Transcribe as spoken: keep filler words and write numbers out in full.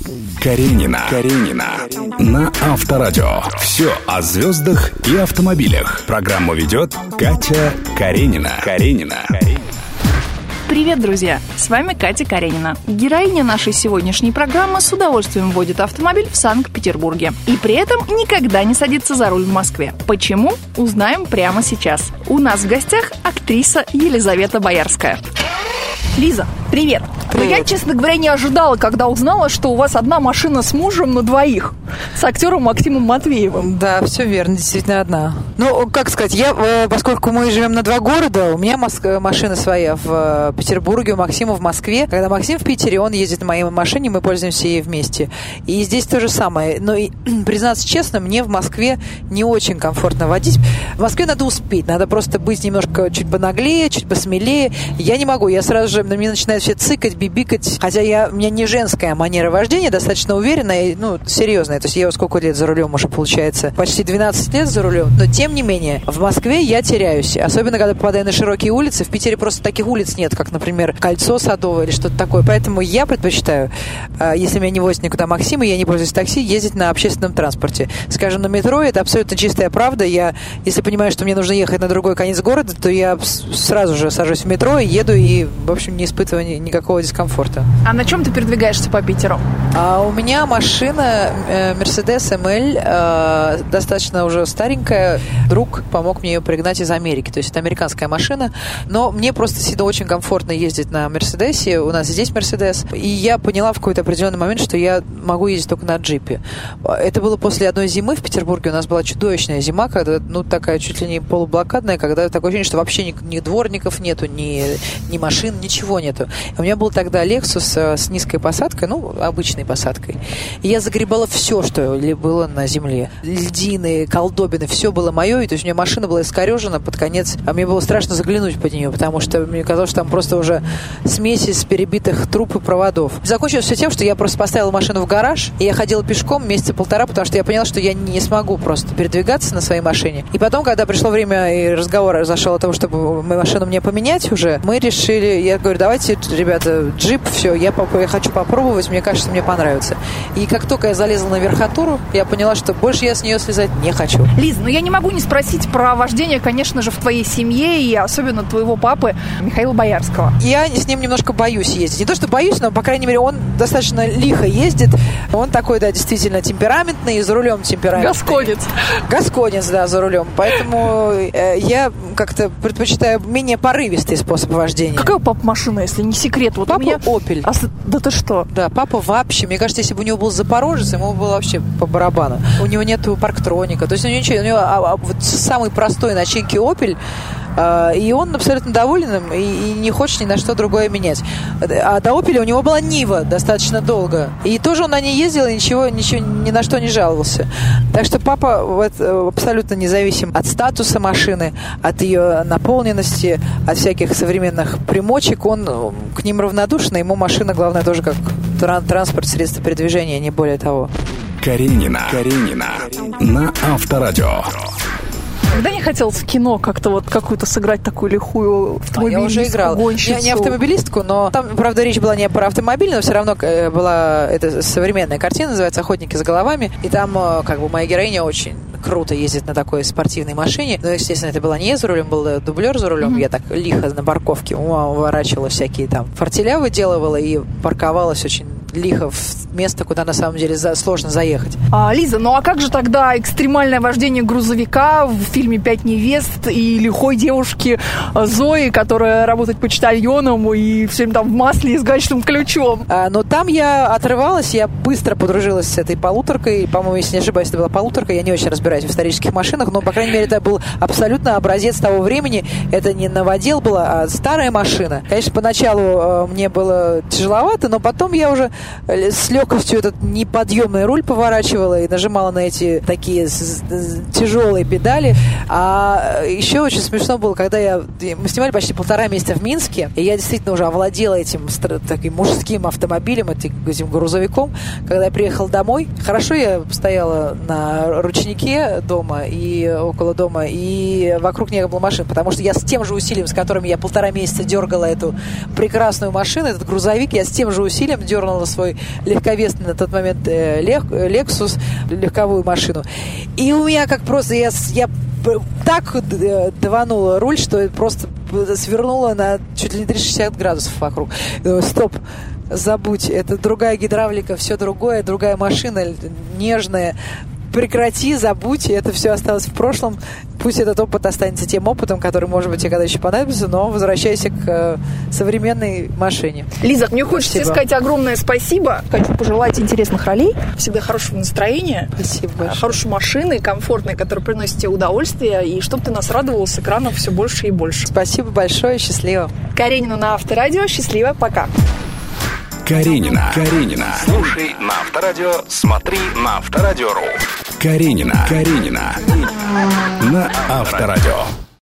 Каренина. Каренина. На Авторадио. Все о звездах и автомобилях. Программу ведет Катя Каренина. Каренина. Привет, друзья! С вами Катя Каренина. Героиня нашей сегодняшней программы с удовольствием водит автомобиль в Санкт-Петербурге. И при этом никогда не садится за руль в Москве. Почему? Узнаем прямо сейчас. У нас в гостях актриса Елизавета Боярская. Лиза, привет! Привет. Я, честно говоря, не ожидала, когда узнала, что у вас одна машина с мужем на двоих. С актером Максимом Матвеевым. Да, все верно, действительно одна. Ну, как сказать, я, поскольку мы живем на два города, у меня машина своя в Петербурге, у Максима в Москве. Когда Максим в Питере, он ездит на моей машине, мы пользуемся ей вместе. И здесь то же самое. Но, и, признаться честно, мне в Москве не очень комфортно водить. В Москве надо успеть, надо просто быть немножко чуть понаглее, чуть посмелее. Я не могу, я сразу же, на меня начинает все цикать, бибикать. Хотя я, у меня не женская манера вождения, достаточно уверенная, ну, серьезная. То есть я сколько лет за рулем уже, получается? Почти двенадцать лет за рулем. Но, тем не менее, в Москве я теряюсь. Особенно, когда попадаю на широкие улицы. В Питере просто таких улиц нет, как, например, Кольцо Садовое или что-то такое. Поэтому я предпочитаю, если меня не возит никуда Максим, и я не пользуюсь такси, ездить на общественном транспорте. Скажем, на метро, это абсолютно чистая правда. Я, если понимаю, что мне нужно ехать на другой конец города, то я сразу же сажусь в метро и еду, и, в общем, не испытываю никакого дискомфорта. А на чем ты передвигаешься по Питеру? А у меня машина э, Mercedes эм эль, э, достаточно уже старенькая. Друг помог мне ее пригнать из Америки. То есть это американская машина. Но мне просто всегда очень комфортно ездить на Мерседесе. У нас здесь Мерседес. И я поняла в какой-то определенный момент, что я могу ездить только на джипе. Это было после одной зимы в Петербурге. У нас была чудовищная зима, когда, ну, такая чуть ли не полублокадная, когда такое ощущение, что вообще ни, ни дворников нету, ни, ни машин, ничего нету. У меня был тогда Lexus с низкой посадкой, ну, обычной посадкой. И я загребала все, что было на земле. Льдины, колдобины, все было мое. И то есть у меня машина была искорежена под конец. А мне было страшно заглянуть под нее, потому что мне казалось, что там просто уже смесь из перебитых труб и проводов. Закончилось все тем, что я просто поставила машину в гараж, и я ходила пешком месяца полтора, потому что я поняла, что я не смогу просто передвигаться на своей машине. И потом, когда пришло время, и разговор зашел о том, чтобы машину мне поменять уже, мы решили, я говорю, давайте, ребята, джип, все, я, я хочу попробовать, мне кажется, мне понравится. И как только я залезла на верхотуру, я поняла, что больше я с нее слезать не хочу. Лиз, ну я не могу не спросить про вождение, конечно же, в твоей семье, и особенно твоего папы Михаила Боярского. Я с ним немножко боюсь ездить. Не то, что боюсь, но, по крайней мере, он достаточно лихо ездит. Он такой, да, действительно темпераментный, и за рулем темпераментный. Гасконец. Гасконец, да, за рулем. Поэтому э, я как-то предпочитаю менее порывистый способ вождения. Какая у папы машина, если не секрет? Вот папа у меня... Opel. А, да ты что? Да, папа вообще, мне кажется, если бы у него был Запорожец, ему было вообще по барабану. У него нету парктроника, то есть у него ничего, у него а, а, вот самый простой начинки Opel, а, и он абсолютно доволен им и, и не хочет ни на что другое менять. А до Opel у него была Нива достаточно долго, и тоже он на ней ездил и ничего, ничего ни на что не жаловался. Так что папа вот, абсолютно независим от статуса машины, от ее наполненности, от всяких современных примочек, он к ним равнодушен, ему машина, главное, тоже как транспорт, средство передвижения, не более того. Каренина. Каренина. На Авторадио. Когда не хотелось в кино как-то вот какую-то сыграть такую лихую автомобилистку, а я уже играла. гонщицу? Не, не автомобилистку, но там, правда, речь была не про автомобиль, но все равно была эта современная картина, называется «Охотники за головами». И там как бы моя героиня очень круто ездит на такой спортивной машине. Но, естественно, это была не я за рулем, был дублер за рулем. Mm-hmm. Я так лихо на парковке уворачивала всякие там фортеля, выделывала и парковалась очень лихо в место, куда на самом деле за, сложно заехать. А, Лиза, ну а как же тогда экстремальное вождение грузовика в фильме «Пять невест» и лихой девушки Зои, которая работает почтальоном и все время там в масле и с гаечным ключом? А, но там я отрывалась, я быстро подружилась с этой полуторкой. По-моему, если не ошибаюсь, это была полуторка. Я не очень разбираюсь в исторических машинах, но, по крайней мере, это был абсолютно образец того времени. Это не новодел была, а старая машина. Конечно, поначалу э, мне было тяжеловато, но потом я уже с легкостью этот неподъемный руль поворачивала и нажимала на эти такие тяжелые педали. А еще очень смешно было, когда я... Мы снимали почти полтора месяца в Минске, и я действительно уже овладела этим таким мужским автомобилем, этим грузовиком. Когда я приехала домой, хорошо я стояла на ручнике дома и около дома, и вокруг не было машин, потому что я с тем же усилием, с которым я полтора месяца дергала эту прекрасную машину, этот грузовик, я с тем же усилием дернула с свой легковесный на тот момент э, Lexus, легковую машину. И у меня как просто, я, я так даванула руль, что просто свернула на чуть ли не триста шестьдесят градусов вокруг. Стоп, забудь, это другая гидравлика, все другое, другая машина, нежная. Прекрати, забудь, это все осталось в прошлом. Пусть этот опыт останется тем опытом, который, может быть, тебе когда еще понадобится, но возвращайся к э, современной машине. Лиза, мне хочется тебе сказать огромное спасибо. Хочу пожелать интересных ролей, всегда хорошего настроения. Спасибо большое. Хорошей машины, комфортной, которая приносит тебе удовольствие, и чтобы ты нас радовал с экранов все больше и больше. Спасибо большое, счастливо. Каренина на Авторадио, счастливо, пока. Каренина. Каренина. Слушай на Авторадио, смотри на Авторадио.ру. Каренина. Каренина. На Авторадио.